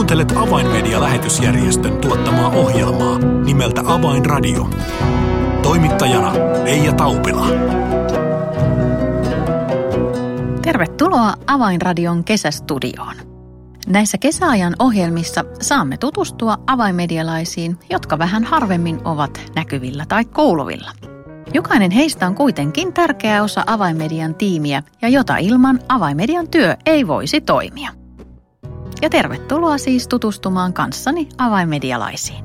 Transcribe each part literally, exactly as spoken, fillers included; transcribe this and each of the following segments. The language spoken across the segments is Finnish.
Kuuntelet Avainmedia-lähetysjärjestön tuottamaa ohjelmaa nimeltä Avainradio. Toimittajana Leija Taupila. Tervetuloa Avainradion kesästudioon. Näissä kesäajan ohjelmissa saamme tutustua avainmedialaisiin, jotka vähän harvemmin ovat näkyvillä tai kuuluvilla. Jokainen heistä on kuitenkin tärkeä osa Avainmedian tiimiä ja jota ilman Avainmedian työ ei voisi toimia. Ja tervetuloa siis tutustumaan kanssani avainmedialaisiin.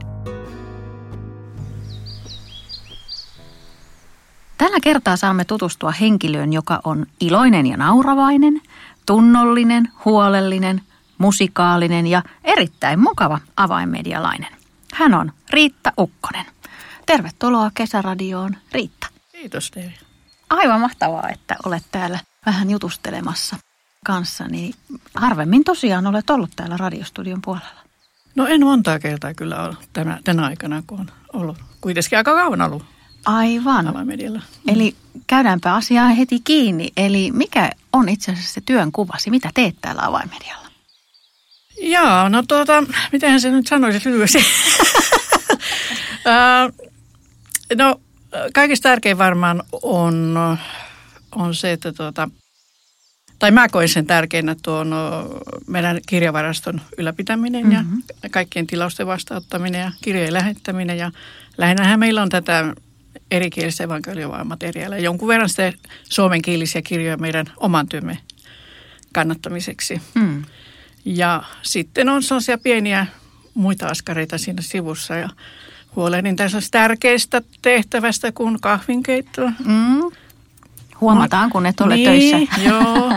Tällä kertaa saamme tutustua henkilöön, joka on iloinen ja nauravainen, tunnollinen, huolellinen, musikaalinen ja erittäin mukava avainmedialainen. Hän on Riitta Ukkonen. Tervetuloa Kesäradioon, Riitta. Kiitos teille. Aivan mahtavaa, että olet täällä vähän jutustelemassa kanssani. Harvemmin tosiaan olet ollut täällä radiostudion puolella. No en montaa kertaa kyllä ole tänä, tänä aikana, kun on ollut kuitenkin aika kauan ollut. Aivan. Avainmedialla. Eli käydäänpä asiaa heti kiinni. Eli mikä on itse asiassa se työn kuvasi? Mitä teet täällä Avainmedialla? Joo, no tuota, mitenhän se nyt sanoisi lyhyesti? No kaikista tärkein varmaan on, on se, että tuota, tai mä koin sen tärkeinä tuon meidän kirjavaraston ylläpitäminen mm-hmm. ja kaikkien tilausten vastaanottaminen ja kirjojen lähettäminen. Ja lähinnähän meillä on tätä erikielistä evankeliovaa materiaalia. Jonkun verran sitten suomenkielisiä kirjoja meidän oman työmme kannattamiseksi. Mm. Ja sitten on sellaisia pieniä muita askareita siinä sivussa ja huolehdin tässä tärkeistä tehtävästä kuin kahvinkeittoa. Mm. Huomataan, kun et ole niin, töissä. Joo.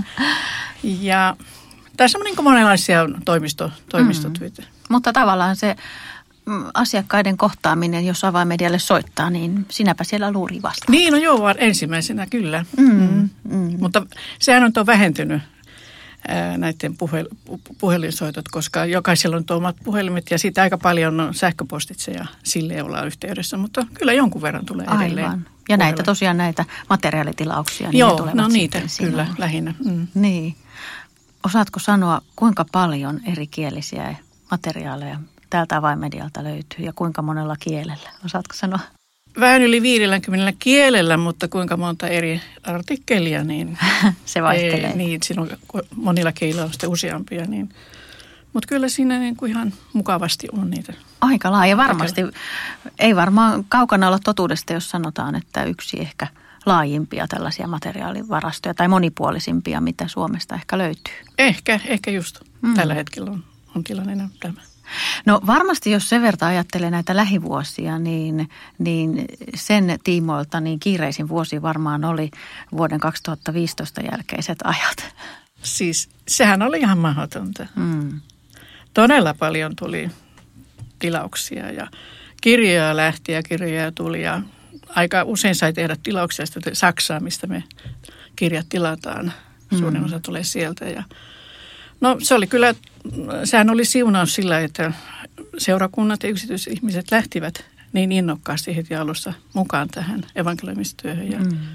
Ja tässä on niin kuin monenlaisia toimisto, toimistotyötä. Mm. Mutta tavallaan se asiakkaiden kohtaaminen, jos Avainmedialle soittaa, niin sinäpä siellä luuri vastaan. Niin, no joo, vaan ensimmäisenä kyllä. Mm. Mm. Mm. Mutta sehän on tuo vähentynyt ää, näiden puhel, puhelinsoitot, koska jokaisella on omat puhelimet ja siitä aika paljon on sähköpostitse ja sille ollaan yhteydessä. Mutta kyllä jonkun verran tulee edelleen. Aivan. Ja näitä tosiaan näitä materiaalitilauksia. Niin joo, no niitä kyllä lähinnä. Mm. Niin. Osaatko sanoa, kuinka paljon erikielisiä materiaaleja täältä Avainmedialta löytyy ja kuinka monella kielellä? Osaatko sanoa? Vähän yli viidelläkymmenellä kielellä, mutta kuinka monta eri artikkelia, niin se vaihtelee. Ei, niin, silloin monilla kielillä on sitten useampia, niin, mutta kyllä siinä niin kuin ihan mukavasti on niitä. Aika laaja varmasti. Ei varmaan kaukana olla totuudesta, jos sanotaan, että yksi ehkä laajimpia tällaisia materiaalivarastoja tai monipuolisimpia, mitä Suomesta ehkä löytyy. Ehkä, ehkä just mm. tällä hetkellä on, on tilanne tämä. No varmasti, jos sen verran ajattelee näitä lähivuosia, niin, niin sen tiimoilta niin kiireisin vuosi varmaan oli vuoden kaksituhattaviisitoista jälkeiset ajat. Siis sehän oli ihan mahdotonta. Mm. Todella paljon tuli tilauksia ja kirjoja lähti ja kirjoja tuli ja aika usein sai tehdä tilauksia sitä Saksaa, mistä me kirjat tilataan. Suurin mm. osa tulee sieltä ja no se oli kyllä, sehän oli siunaus sillä, että seurakunnat ja yksityisihmiset lähtivät niin innokkaasti heti alussa mukaan tähän evankelioimistyöhön. Ja, mm.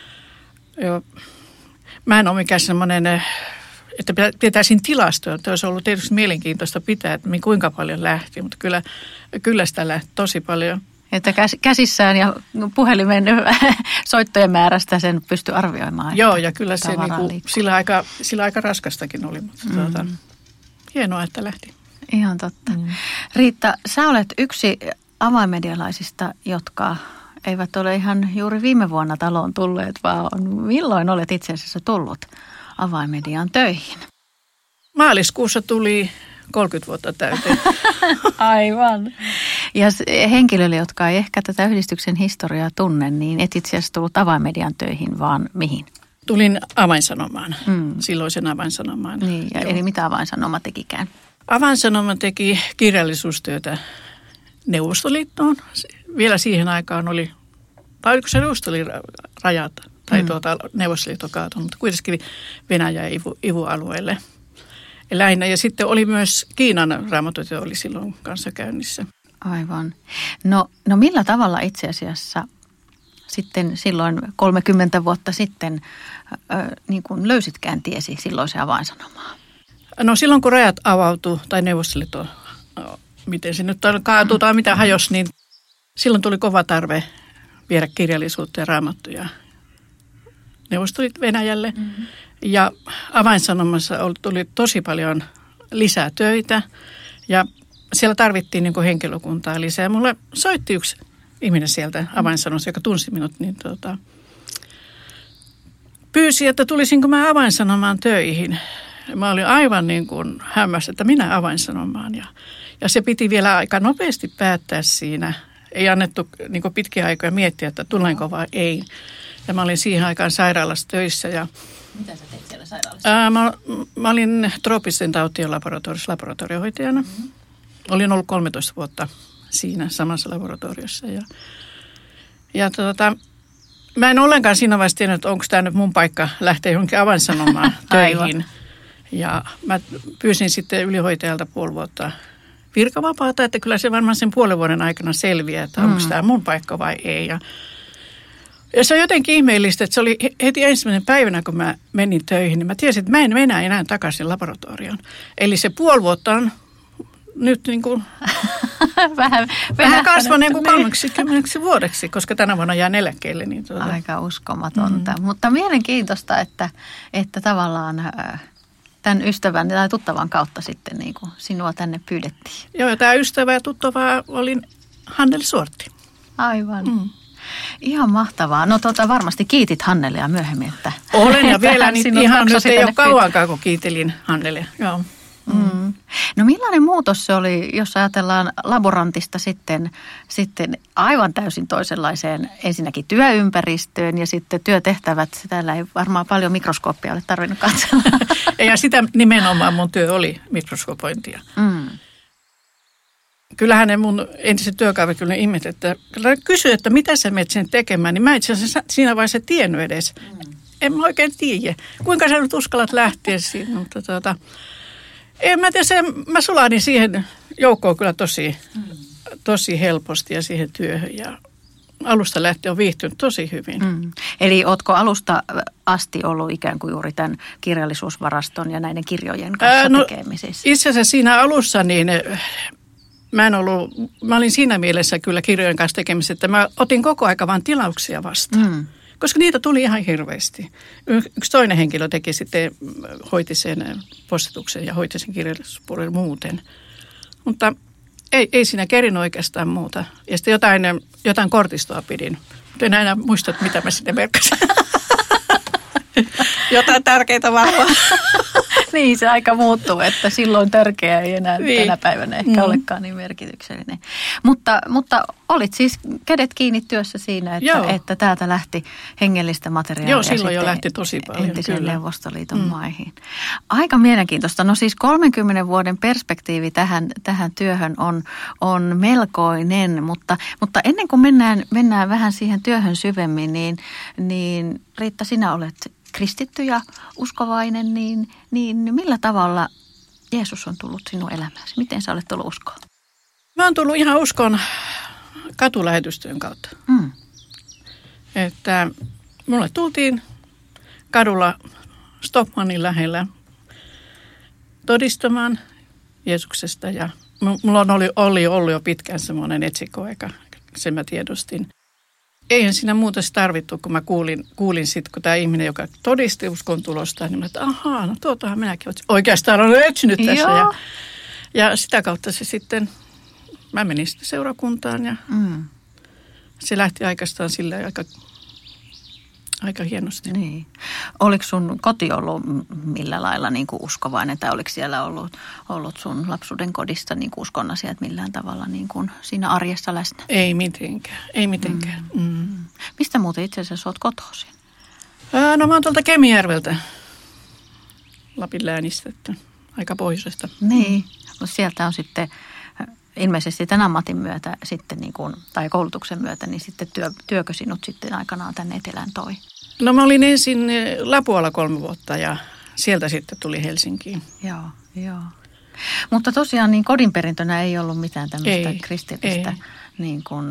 ja mä en ole mikään semmoinen, että pitäisin tilastoa, että olisi ollut tietysti mielenkiintoista pitää, että kuinka paljon lähti, mutta kyllä, kyllä sitä lähti tosi paljon. Että käsissään ja puhelimen soittojen määrästä sen pystyi arvioimaan. Joo, ja kyllä se niinku, sillä, aika, sillä aika raskastakin oli, mutta mm. tuota, hienoa, että lähti. Ihan totta. Mm. Riitta, sä olet yksi avainmedialaisista, jotka eivät ole ihan juuri viime vuonna taloon tulleet, vaan milloin olet itse asiassa tullut Avainmediaan töihin? Maaliskuussa tuli kolmekymmentä vuotta täyteen. Aivan. Ja henkilöille, jotka ei ehkä tätä yhdistyksen historiaa tunne, niin et itse asiassa tullut Avainmedian töihin, vaan mihin? Tulin Avainsanomaan, mm. silloisen Avainsanomaan. Niin, ja eli mitä Avainsanoma tekikään? Avainsanoma teki kirjallisuustyötä Neuvostoliittoon. Vielä siihen aikaan oli, tai oliko se Neuvostoliiton tai mm. tuota, Neuvostoliiton kaatunut, mutta kuitenkin Venäjä ja Ivu, Ivu-alueelle. Lähinnä. Ja sitten oli myös Kiinan raamatutyö oli silloin kanssa käynnissä. Aivan. No, no millä tavalla itse asiassa sitten silloin kolmekymmentä vuotta sitten äh, niin kuin löysitkään tiesi silloin se avainsanomaa? No silloin kun rajat avautui, tai Neuvostoliitto, no, miten se nyt kaatuu tai mitä hajosi, niin silloin tuli kova tarve viedä kirjallisuutta ja raamattuja Neuvostoliitto Venäjälle. Mm-hmm. Ja Avainsanomassa tuli tosi paljon lisää töitä ja siellä tarvittiin niin kuin henkilökuntaa lisää. Mulle soitti yksi ihminen sieltä Avainsanomassa, joka tunsi minut, niin tuota, pyysi, että tulisinko mä Avainsanomaan töihin. Mä olin aivan niin kuin hämmässä, että minä Avainsanomaan. Ja, ja se piti vielä aika nopeasti päättää siinä. Ei annettu niin kuin pitkiä aikoja miettiä, että tulenko vai ei. Ja mä olin siihen aikaan sairaalassa töissä. Ja mitä sä teit siellä sairaalassa? Ää, mä, mä olin trooppisten tautien laboratoriossa laboratoriohoitajana. Mm-hmm. Olin ollut kolmetoista vuotta siinä samassa laboratoriossa. Ja, ja tuota, mä en ollenkaan siinä vaiheessa tiennyt, että onko tämä nyt mun paikka lähteä johonkin Avainsanomaan töihin. Ja mä pyysin sitten ylihoitajalta puoli vuotta virkavapaata, että kyllä se varmaan sen puolen vuoden aikana selviää, että onko mm. tämä mun paikka vai ei. Ja, ja se on jotenkin ihmeellistä, että se oli heti ensimmäinen päivänä, kun mä menin töihin, niin mä tiesin, että mä en mennä enää takaisin laboratorioon. Eli se puoli vuotta on nyt niin kuin vähän, vähän kasvanut niin kuin kolmeksikymmeneksi vuodeksi, koska tänä vuonna jään eläkkeelle. Niin tuota. Aika uskomatonta, mm. mutta mielenkiintoista, että, että tavallaan tämän ystävän tai tuttavan kautta sitten niin kuin sinua tänne pyydettiin. Joo, ja tämä ystävä ja tuttava oli Hanneli Suortti. Aivan. Mm. Ihan mahtavaa. No tota, varmasti kiitit Hannelea myöhemmin, että olen ja vielä niin ihan nyt ei ole kauankaan, kun kiitelin Hannelea. Joo. Mm. No millainen muutos se oli, jos ajatellaan laborantista sitten, sitten aivan täysin toisenlaiseen ensinnäkin työympäristöön ja sitten työtehtävät. Täällä ei varmaan paljon mikroskooppia ole tarvinnut katsella. Ja sitä nimenomaan mun työ oli mikroskopointia. Mm. Kyllähän ne mun entiset työkaverit kyllä ihmet, että kysyi, että mitä sä menet sen tekemään, niin mä itse asiassa siinä vaiheessa tiennyt edes. Mm. En mä oikein tiedä, kuinka sä nyt uskallat lähteä siitä, mutta tuota, en mä tiedä, se, mä sulahdin siihen joukkoon kyllä tosi, mm. tosi helposti ja siihen työhön ja alusta lähtien on viihtynyt tosi hyvin. Mm. Eli ootko alusta asti ollut ikään kuin juuri tämän kirjallisuusvaraston ja näiden kirjojen kanssa Ää, no, tekemisissä? Itse asiassa siinä alussa niin mä en ollut, mä olin siinä mielessä kyllä kirjojen kanssa tekemisissä, että mä otin koko aika vain tilauksia vastaan. Mm. Koska niitä tuli ihan hirveästi. Yksi toinen henkilö teki sitten, hoiti sen postituksen ja hoiti sen kirjallisuuspuolen muuten. Mutta ei, ei siinä kerin oikeastaan muuta. Ja sitten jotain, jotain kortistoa pidin. Mutta en enää muista, mitä mä sinne merkkasin. Jotain tärkeitä varmaan. Niin, se aika muuttuu, että silloin tärkeä ei enää niin. Tänä päivänä ehkä mm. olekaan niin merkityksellinen. Mutta, mutta olit siis kädet kiinni työssä siinä, että, että täältä lähti hengellistä materiaalia. Joo, silloin jo lähti tosi paljon, entisen kyllä. Neuvostoliiton mm. maihin. Aika mielenkiintoista. No siis kolmenkymmenen vuoden perspektiivi tähän, tähän työhön on, on melkoinen, mutta, mutta ennen kuin mennään, mennään vähän siihen työhön syvemmin, niin, niin Riitta, sinä olet kristitty ja uskovainen, niin, niin millä tavalla Jeesus on tullut sinun elämääsi? Miten sä olet tullut uskoon? Mä oon tullut ihan uskon katulähetystyön kautta. Mm. Että mulle tultiin kadulla Stockmannin lähellä todistamaan Jeesuksesta. Ja mulla on oli, oli ollut jo pitkään semmoinen etsikkoaika, sen mä tiedostin. Eihän siinä muuta tarvittu, kun mä kuulin, kuulin sitten, kun tämä ihminen, joka todisti uskon tulosta, niin mä että ahaa, no tuotahan minäkin oikeastaan olen etsinyt tässä. Ja, ja sitä kautta se sitten, mä menin sitten seurakuntaan ja mm. se lähti oikeastaan sillä aika, aika hienosti. Niin. Oliko sun koti ollut millä lailla niin kuin uskovainen tai oliko siellä ollut, ollut sun lapsuuden kodista niin kuin uskon asiat millään tavalla niin kuin siinä arjessa läsnä? Ei mitenkään, ei mitenkään. Mm. Mm. Mistä muuten itse asiassa olet kotoisin? Ää, no mä oon tuolta Kemijärveltä, Lapin läänistä, että aika pohjoisesta. Niin, mutta sieltä on sitten ilmeisesti tämän ammatin myötä sitten niin kuin, tai koulutuksen myötä, niin sitten työ, työkö sinut sitten aikanaan tänne etelään toi? No mä olin ensin Lapualla kolme vuotta ja sieltä sitten tuli Helsinkiin. Joo, joo. Mutta tosiaan niin kodinperintönä ei ollut mitään tämmöistä ei, kristillistä ei. Niin kuin,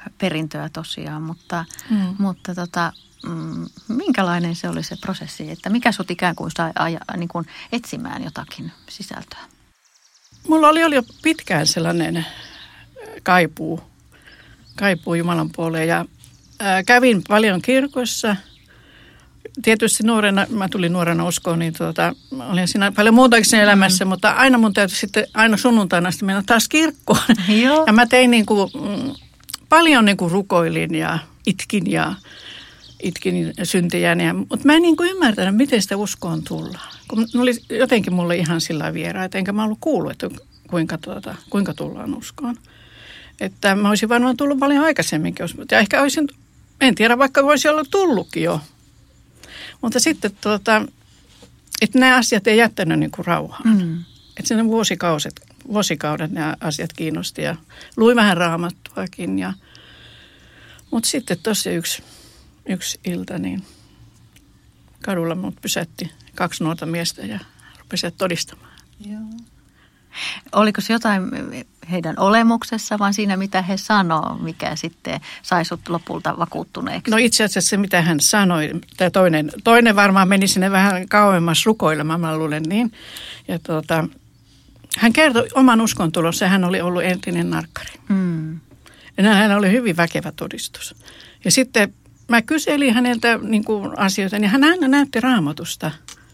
perintöä tosiaan, mutta, mm. mutta tota, mm, minkälainen se oli se prosessi, että mikä sut ikään kuin sai aja, niin kuin etsimään jotakin sisältöä? Mulla oli jo pitkään sellainen kaipuu, kaipuu Jumalan puoleen ja ää, kävin paljon kirkossa. Tietysti nuorena, mä tulin nuorena uskoon, niin tuota, olin siinä paljon muutakin elämässä, mm. mutta aina mun täytyy sitten aina sunnuntaina sitten mennä taas kirkkoon. Joo. Ja mä tein niin kuin, mm, paljon niin kuin rukoilin ja itkin ja itkin syntejäni. Mutta mä en niin kuin ymmärtänyt, miten sitä uskoon tullaan. Kun oli jotenkin mulle ihan sillä vieraita, enkä mä ollut kuullut, että kuinka, tuota, kuinka tullaan uskoon. Että mä olisin varmaan tullut paljon aikaisemminkin. Ja ehkä olisin, en tiedä, vaikka voisi olla tullutkin jo. Mutta sitten, tuota, että nämä asiat ei jättänyt niin kuin rauhaan. Mm. Että siinä vuosikaudet, vuosikaudet nämä asiat kiinnosti ja luin vähän raamattuakin. Ja, mutta sitten tosi yksi, yksi ilta, niin kadulla mut pysäytti kaksi nuorta miestä ja rupesi todistamaan. Joo. Oliko se jotain heidän olemuksessa, vaan siinä, mitä he sanoo, mikä sitten sai sut lopulta vakuuttuneeksi? No itse asiassa se, mitä hän sanoi, tämä toinen, toinen varmaan meni sinne vähän kauemmas rukoilemaan, mä luulen niin. Ja tuota, hän kertoi oman uskontulonsa, hän oli ollut entinen narkkari. Mm. Ja hän oli hyvin väkevä todistus. Ja sitten mä kyselin häneltä niin kuin asioita, niin hän aina näytti Raamatusta.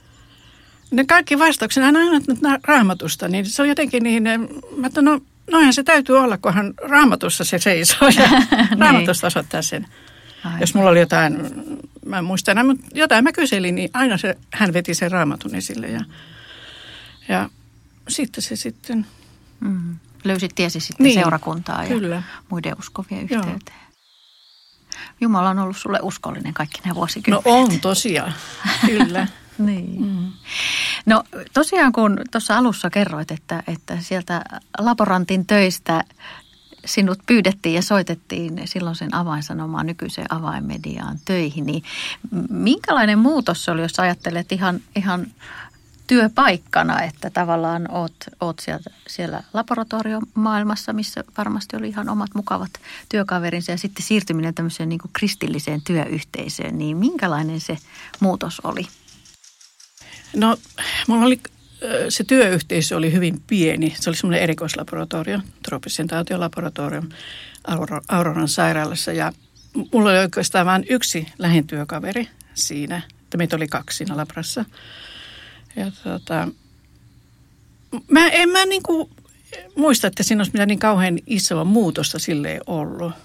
Ne kaikki vastaukset, hän aina näytti Raamatusta, niin se on jotenkin niin, mä että no, noinhan se täytyy olla, kun hän Raamatussa se seisoo ja Raamatusta osoittaa sen. Aivan. Jos mulla oli jotain, mä en muista enää, mutta jotain mä kyselin, niin aina se, hän veti sen Raamatun esille ja, ja sitten se sitten... Mm. Löysit tiesi sitten niin, seurakuntaa ja kyllä. muiden uskovien yhteyteen. Joo. Jumala on ollut sulle uskollinen kaikki nämä vuosikymmenet. No on tosiaan, kyllä. Niin. Mm. No tosiaan kun tuossa alussa kerroit, että, että sieltä laborantin töistä sinut pyydettiin ja soitettiin silloin sen avainsanomaan nykyiseen avainmediaan töihin, niin minkälainen muutos se oli, jos ajattelet ihan, ihan työpaikkana, että tavallaan oot, oot sieltä, siellä laboratoriomaailmassa, missä varmasti oli ihan omat mukavat työkaverinsa ja sitten siirtyminen tämmöiseen niin kuin kristilliseen työyhteisöön, niin minkälainen se muutos oli? No, mulla oli, se työyhteisö oli hyvin pieni. Se oli semmoinen erikoislaboratorio, trooppisen tautien laboratorio Auroran sairaalassa. Ja mulla oli oikeastaan vain yksi lähintyökaveri siinä, että meitä oli kaksi siinä labrassa. Ja tota, mä en mä niinku muista, että siinä olisi mitään niin kauhean isoa muutosta silleen ollut.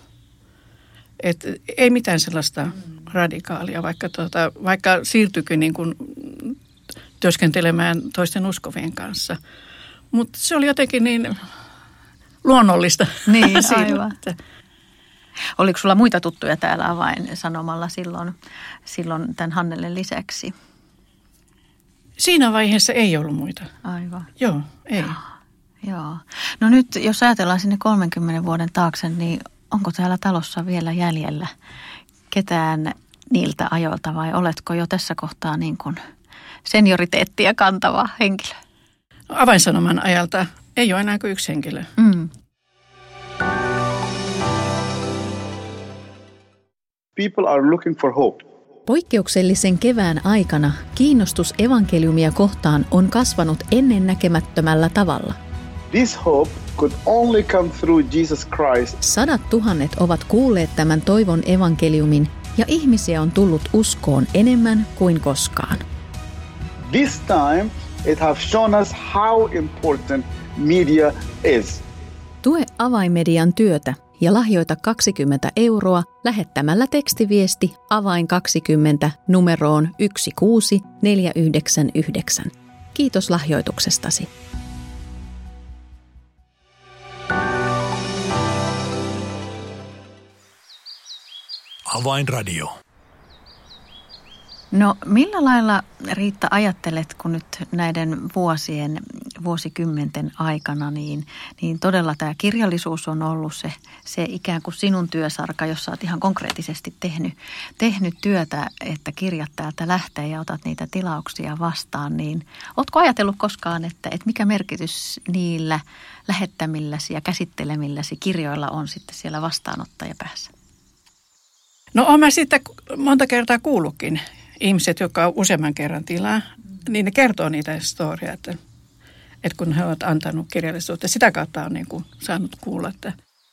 Et ei mitään sellaista radikaalia, vaikka, tota, vaikka siirtyikin niin kuin työskentelemään toisten uskovien kanssa. Mutta se oli jotenkin niin luonnollista. Niin, aivan. Oliko sulla muita tuttuja täällä avainsanomalla silloin, silloin tämän Hannelen lisäksi? Siinä vaiheessa ei ollut muita. Aivan. Joo, ei. Joo. No nyt, jos ajatellaan sinne kolmenkymmenen vuoden taakse, niin onko täällä talossa vielä jäljellä ketään niiltä ajoilta vai oletko jo tässä kohtaa niin kuin senioriteettia kantava henkilö? Avainsanoman ajalta ei ole enää kuin yksi henkilö. Mm. People are looking for hope. Poikkeuksellisen kevään aikana kiinnostus evankeliumia kohtaan on kasvanut ennennäkemättömällä tavalla. This hope could only come through Jesus Christ. Sadat tuhannet ovat kuulleet tämän toivon evankeliumin ja ihmisiä on tullut uskoon enemmän kuin koskaan. This time it has shown us how important media is. Tue Avainmedian työtä ja lahjoita kaksikymmentä euroa lähettämällä tekstiviesti avain kaksikymmentä numeroon yksi kuusi neljä yhdeksän yhdeksän. Kiitos lahjoituksestasi. Avainradio. No millä lailla, Riitta, ajattelet, kun nyt näiden vuosien vuosikymmenten aikana, niin, niin todella tämä kirjallisuus on ollut se, se ikään kuin sinun työsarka, jossa olet ihan konkreettisesti tehnyt, tehnyt työtä, että kirjat täältä lähtee ja otat niitä tilauksia vastaan. Niin oletko ajatellut koskaan, että, että mikä merkitys niillä lähettämilläsi ja käsittelemilläsi kirjoilla on sitten siellä vastaanottajapäässä? No olen mä sitten monta kertaa kuullutkin ihmiset, jotka on useamman kerran tilaa, niin ne kertoo niitä storya, että, että kun he ovat antanut kirjallisuutta, sitä kautta on niin kuin saanut kuulla, että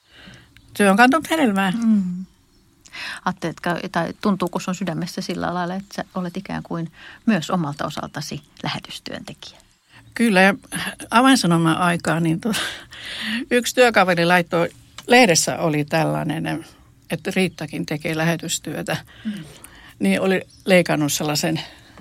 työ on kantanut hedelmää. Mm. Ajatteletko, tai tuntuuko sun sydämessä sillä lailla, että sä olet ikään kuin myös omalta osaltasi lähetystyöntekijä? Kyllä, ja avainsanoman aikaa niin tuo, yksi työkaveri laittoi, lehdessä oli tällainen, että Riittakin tekee lähetystyötä, mm. niin oli leikannut sellaisen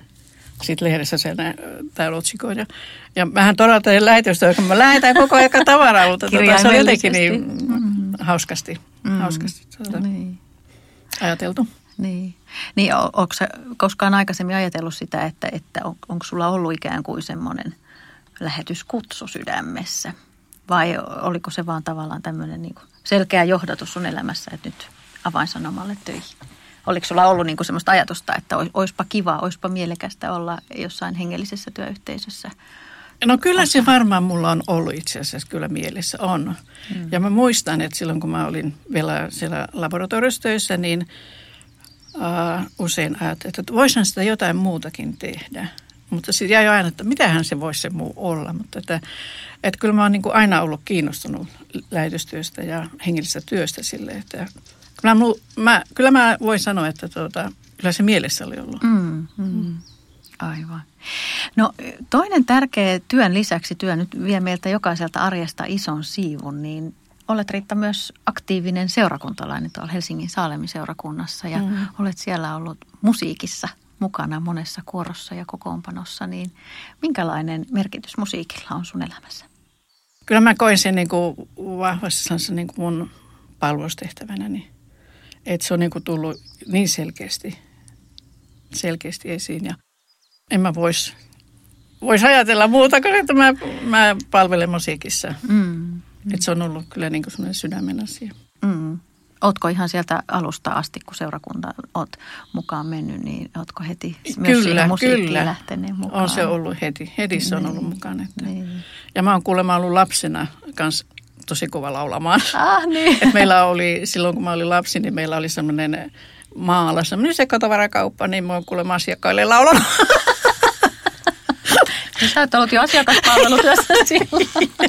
sitten lehdessä sen tämä otsikoin. Ja, ja mähän todella tein lähetystä, kun mä lähetän koko ajan tavaraa, mutta tuota, se on jotenkin niin mm-hmm. hauskasti, mm-hmm. hauskasti tuota, niin. ajateltu. Niin, niin on, onko sä koskaan aikaisemmin ajatellut sitä, että, että on, onko sulla ollut ikään kuin semmoinen lähetyskutsu sydämessä? Vai oliko se vaan tavallaan tämmöinen niin kuin selkeä johdatus sun elämässä, että nyt avainsanomalle töihin? Oliko sulla ollut niin kuin semmoista ajatusta, että olisipa kiva, olisipa mielekästä olla jossain hengellisessä työyhteisössä? No kyllä Osa. Se varmaan mulla on ollut itse asiassa kyllä mielessä on. Mm. Ja mä muistan, että silloin kun mä olin vielä siellä laboratoriossa töissä, niin uh, usein ajattelin, että voisihan sitä jotain muutakin tehdä. Mutta sitten jäi aina, että mitähän se voisi se muu olla. Mutta että, että kyllä mä oon niin kuin aina ollut kiinnostunut lähetystyöstä ja hengellisestä työstä silleen, että Kyllä mä, mä, kyllä mä voin sanoa, että tuota, kyllä se mielessä oli ollut. Mm, mm. Aivan. No toinen tärkeä työn lisäksi, työ nyt vie meiltä jokaiselta arjesta ison siivun, niin olet Riitta myös aktiivinen seurakuntalainen tuolla Helsingin Saalemin seurakunnassa ja mm. olet siellä ollut musiikissa mukana monessa kuorossa ja kokoonpanossa, niin minkälainen merkitys musiikilla on sun elämässä? Kyllä mä koin sen niin kuin vahvasti niin kuin mun palvelustehtävänäni. Että se on niin kuin tullut niin selkeästi, selkeästi esiin. Ja en mä vois, vois ajatella muuta kuin, että mä, mä palvelen musiikissa. Mm. Että se on ollut kyllä niin kuin sellainen sydämen asia. Mm. Ootko ihan sieltä alusta asti, kun seurakunta oot mukaan mennyt, niin ootko heti myös kyllä, siihen musiikkiin kyllä. lähteneen mukaan? On se ollut heti. Heti se on niin, ollut mukana. Että. Niin. Ja mä oon kuulemma ollut lapsena kanssa tosi kova laulamaan. Ah, niin. Et meillä oli, silloin kun mä olin lapsi, niin meillä oli semmoinen maalla, semmoinen sekotavarakauppaa, niin mä oon kuulemma asiakkaille laulanut. Sä oot ollut jo asiakaspalvelutyössä silloin.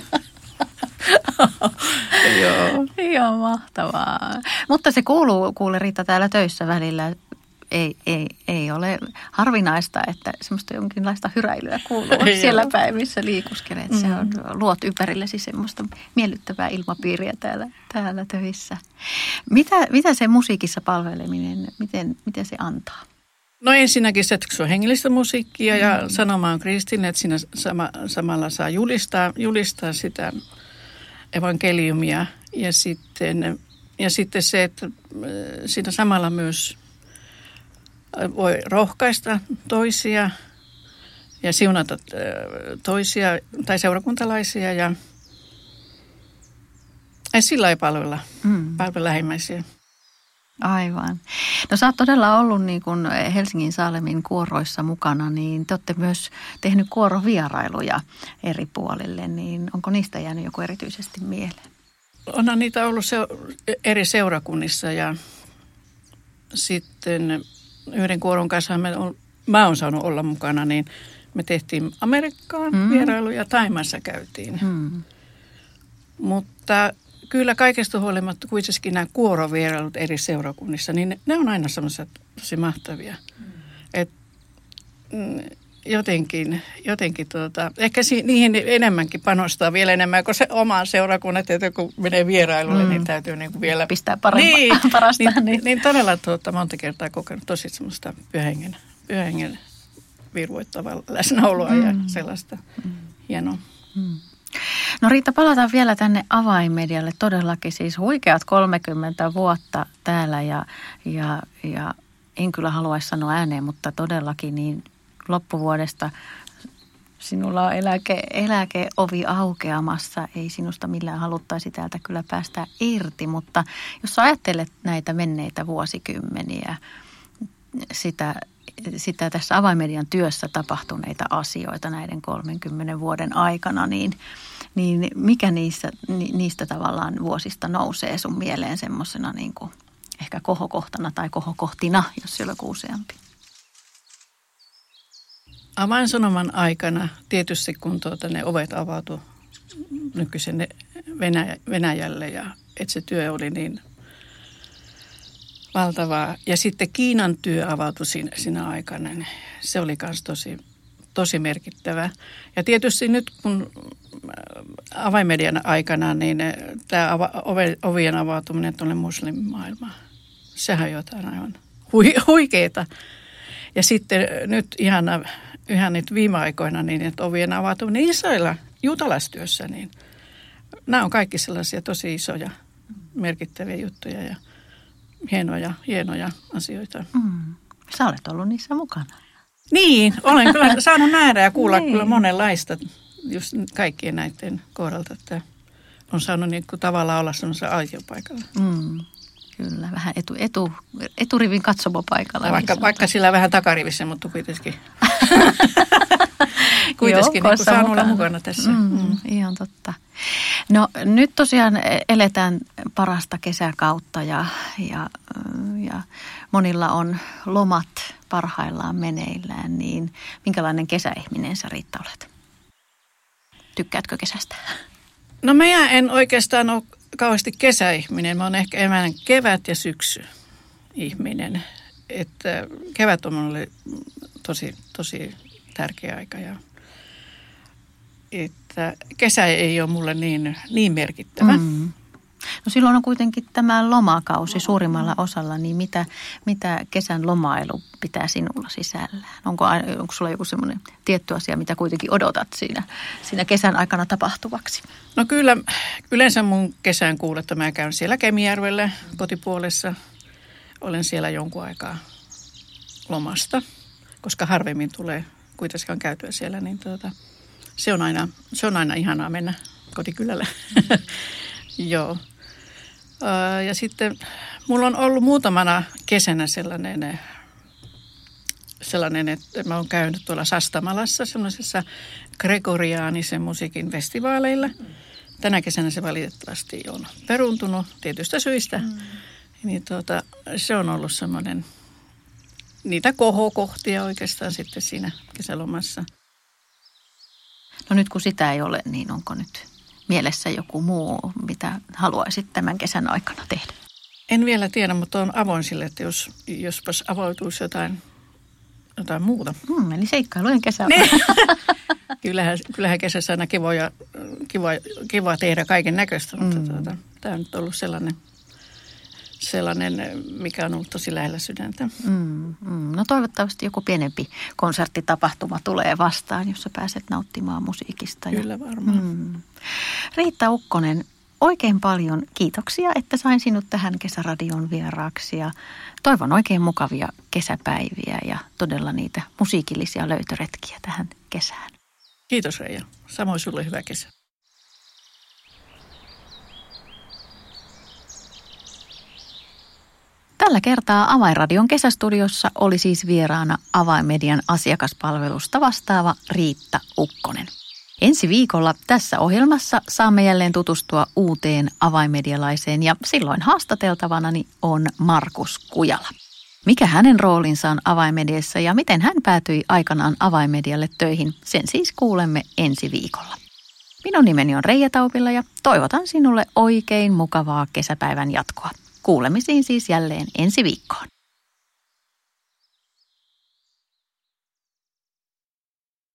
Joo. Joo, mahtavaa. Mutta se kuuluu, kuule Riitta, täällä töissä välillä. Ei, ei, ei ole harvinaista, että semmoista jonkinlaista hyräilyä kuuluu siellä päin, missä liikuskelet. Mm. Se on, luot ympärillesi semmoista miellyttävää ilmapiiriä täällä, täällä töissä. Mitä, mitä se musiikissa palveleminen, miten, miten se antaa? No ensinnäkin se, että se on hengellistä musiikkia mm. ja sanoma on kristillinen, että siinä sama, samalla saa julistaa, julistaa sitä evankeliumia. Ja sitten, ja sitten se, että siinä samalla myös voi rohkaista toisia ja siunata toisia tai seurakuntalaisia ja, ja sillä ei palvella, mm. palvella lähimmäisiä. Aivan. No sä oot todella ollut niin kuin Helsingin Saalemin kuoroissa mukana, niin te olette myös tehnyt kuorovierailuja eri puolille, niin onko niistä jäänyt joku erityisesti mieleen? Onhan niitä ollut se, eri seurakunnissa ja sitten yhden kuoron kanssa me on, mä oon saanut olla mukana, niin me tehtiin Amerikkaan mm. vierailuja, Thaimaassa käytiin. Mm. Mutta kyllä kaikesta huolimatta kuitenkin nämä kuorovierailut eri seurakunnissa, niin ne, ne on aina semmoisia tosi mahtavia. Mm. Et, jotenkin, jotenkin tuota, ehkä si, niihin enemmänkin panostaa vielä enemmän kuin se omaan seurakunnat, että kun menee vierailulle, mm. niin täytyy niin kuin vielä pistää parempaa, niin, parasta. Niin, niin. niin todella tuota, monta kertaa kokenut tosi semmoista pyhähengen, pyhähengen virvoittavaa läsnäoloa mm. ja sellaista mm. hienoa. Mm. No Riitta, palataan vielä tänne avainmedialle. Todellakin siis huikeat kolmekymmentä vuotta täällä ja, ja, ja en kyllä haluaisi sanoa ääneen, mutta todellakin niin loppuvuodesta Sinulla on eläke, eläkeovi aukeamassa, ei sinusta millään haluttaisi täältä kyllä päästä irti, mutta jos ajattelet näitä menneitä vuosikymmeniä, sitä, sitä tässä avainmedian työssä tapahtuneita asioita näiden kolmenkymmenen vuoden aikana, niin, niin mikä niistä, niistä tavallaan vuosista nousee sun mieleen semmoisena niin kuin ehkä kohokohtana tai kohokohtina, jos siellä on useampi? Avainsanoman aikana tietysti kun tuota, ne ovet avautui nykyisen Venäjä, Venäjälle ja että se työ oli niin valtavaa. Ja sitten Kiinan työ avautui siinä, siinä aikana, niin se oli myös tosi, tosi merkittävä. Ja tietysti nyt kun avainmedian aikana, niin tämä ovien avautuminen tuonne muslimimaailmaan, sehän on jotain aivan huikeeta. Ja sitten nyt ihan, ihan nyt viime aikoina, niin että ovien avautuminen isoilla juutalaistyössä, niin nämä on kaikki sellaisia tosi isoja, merkittäviä juttuja ja hienoja, hienoja asioita. Mm. Sä olet ollut niissä mukana. Niin, olen kyllä saanut nähdä ja kuulla niin. kyllä monenlaista just kaikkien näiden kohdalta, että on saanut niin kuin tavallaan olla semmoisella aitiopaikalla. Mm. Kyllä, vähän etu, etu, eturivin katsomopaikalla. Vaikka, niin vaikka sillä vähän takarivissä, mutta kuitenkin, kuitenkin niin saanut olla mukana tässä. Mm, mm. Ihan totta. No nyt tosiaan eletään parasta kesäkautta ja, ja, ja monilla on lomat parhaillaan meneillään, niin minkälainen kesäihminen sä, Riitta, olet? Tykkäätkö kesästä? No minä en oikeastaan ole kauheasti kesäihminen. Mä oon ehkä enemmän kevät- ja syksy-ihminen. Että kevät on minulle tosi, tosi tärkeä aika. Ja että kesä ei ole mulle niin, niin merkittävä. Mm. No silloin on kuitenkin tämä lomakausi suurimmalla osalla, niin mitä, mitä kesän lomailu pitää sinulla sisällään? Onko, onko sulla joku semmoinen tietty asia, mitä kuitenkin odotat siinä, siinä kesän aikana tapahtuvaksi? No kyllä, yleensä mun kesän kuulee, että mä käyn siellä Kemijärvellä kotipuolessa. Olen siellä jonkun aikaa lomasta, koska harvemmin tulee kuitenkaan käytyä siellä, niin tuota, se, on aina, se on aina ihanaa mennä kotikylälle. Joo. Ja sitten mulla on ollut muutamana kesänä sellainen, sellainen, että mä oon käynyt tuolla Sastamalassa semmoisessa gregoriaanisen musiikin festivaaleilla. Tänä kesänä se valitettavasti on peruuntunut tietystä syistä. Mm. Niin tuota, se on ollut semmoinen, niitä kohokohtia oikeastaan sitten siinä kesälomassa. No nyt kun sitä ei ole, niin onko nyt mielessä joku muu, mitä haluaisit tämän kesän aikana tehdä? En vielä tiedä, mutta on avoin sille, että jos, jospas avautuisi jotain, jotain muuta. Hmm, eli seikkailujen kesä. Niin. kyllähän, kyllähän kesässä aina kivoja, kiva, kiva tehdä kaiken näköistä, mutta mm. tuota, tämä on nyt ollut sellainen, sellainen, mikä on ollut tosi lähellä sydäntä. Mm, mm. No toivottavasti joku pienempi konserttitapahtuma tulee vastaan, jossa pääset nauttimaan musiikista. Kyllä varmaan. Mm. Riitta Ukkonen, oikein paljon kiitoksia, että sain sinut tähän Kesäradion vieraaksi ja toivon oikein mukavia kesäpäiviä ja todella niitä musiikillisia löytöretkiä tähän kesään. Kiitos Reija. Samoin sulle hyvä kesä. Tällä kertaa Avainradion kesästudiossa oli siis vieraana Avainmedian asiakaspalvelusta vastaava Riitta Ukkonen. Ensi viikolla tässä ohjelmassa saamme jälleen tutustua uuteen avainmedialaiseen ja silloin haastateltavanani on Markus Kujala. Mikä hänen roolinsa on avainmediassa ja miten hän päätyi aikanaan avainmedialle töihin, sen siis kuulemme ensi viikolla. Minun nimeni on Reija Taupila ja toivotan sinulle oikein mukavaa kesäpäivän jatkoa. Kuulemisiin siis jälleen ensi viikkoon.